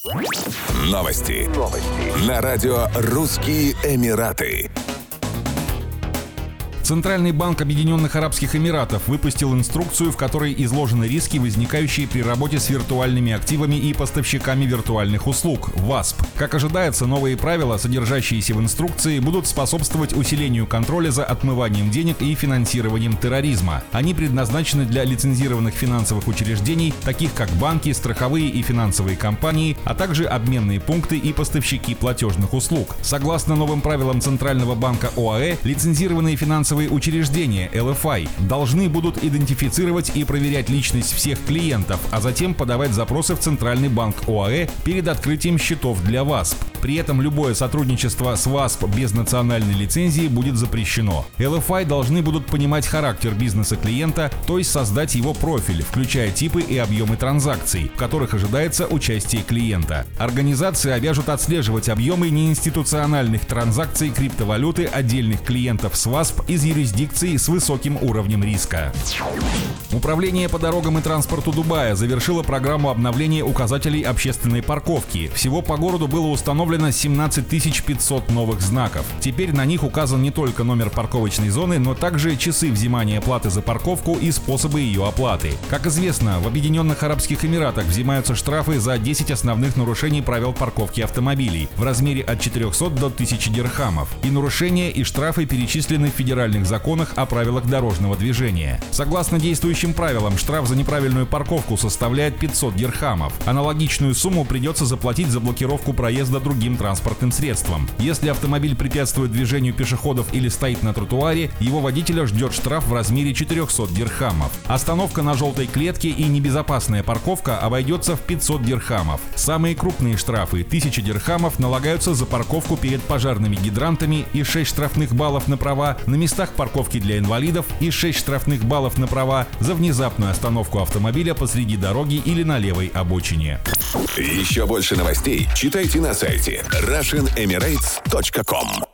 Новости. На радио «Русские Эмираты». Центральный банк Объединенных Арабских Эмиратов выпустил инструкцию, в которой изложены риски, возникающие при работе с виртуальными активами и поставщиками виртуальных услуг – ВАСП. Как ожидается, новые правила, содержащиеся в инструкции, будут способствовать усилению контроля за отмыванием денег и финансированием терроризма. Они предназначены для лицензированных финансовых учреждений, таких как банки, страховые и финансовые компании, а также обменные пункты и поставщики платежных услуг. Согласно новым правилам Центрального банка ОАЭ, лицензированные финансовые учреждения LFI должны будут идентифицировать и проверять личность всех клиентов, а затем подавать запросы в Центральный банк ОАЭ перед открытием счетов для ВАСП. При этом любое сотрудничество с ВАСП без национальной лицензии будет запрещено. LFI должны будут понимать характер бизнеса клиента, то есть создать его профиль, включая типы и объемы транзакций, в которых ожидается участие клиента. Организации обяжут отслеживать объемы неинституциональных транзакций криптовалюты отдельных клиентов с ВАСП из юрисдикций с высоким уровнем риска. Управление по дорогам и транспорту Дубая завершило программу обновления указателей общественной парковки. Всего по городу было установлено 17 500 новых знаков. Теперь на них указан не только номер парковочной зоны, но также часы взимания платы за парковку и способы ее оплаты. Как известно, в Объединенных Арабских Эмиратах взимаются штрафы за 10 основных нарушений правил парковки автомобилей в размере от 400 до 1000 дирхамов. И нарушения, и штрафы перечислены в федеральных законах о правилах дорожного движения. Согласно действующим правилам, штраф за неправильную парковку составляет 500 дирхамов. Аналогичную сумму придется заплатить за блокировку проезда другим транспортным средством. Если автомобиль препятствует движению пешеходов или стоит на тротуаре, его водителя ждет штраф в размере 400 дирхамов. Остановка на желтой клетке и небезопасная парковка обойдется в 500 дирхамов. Самые крупные штрафы – 1000 дирхамов налагаются за парковку перед пожарными гидрантами и 6 штрафных баллов на права на местах парковки для инвалидов и 6 штрафных баллов на права за внезапную остановку автомобиля посреди дороги или на левой обочине. Еще больше новостей читайте на сайте RussianEmirates.com.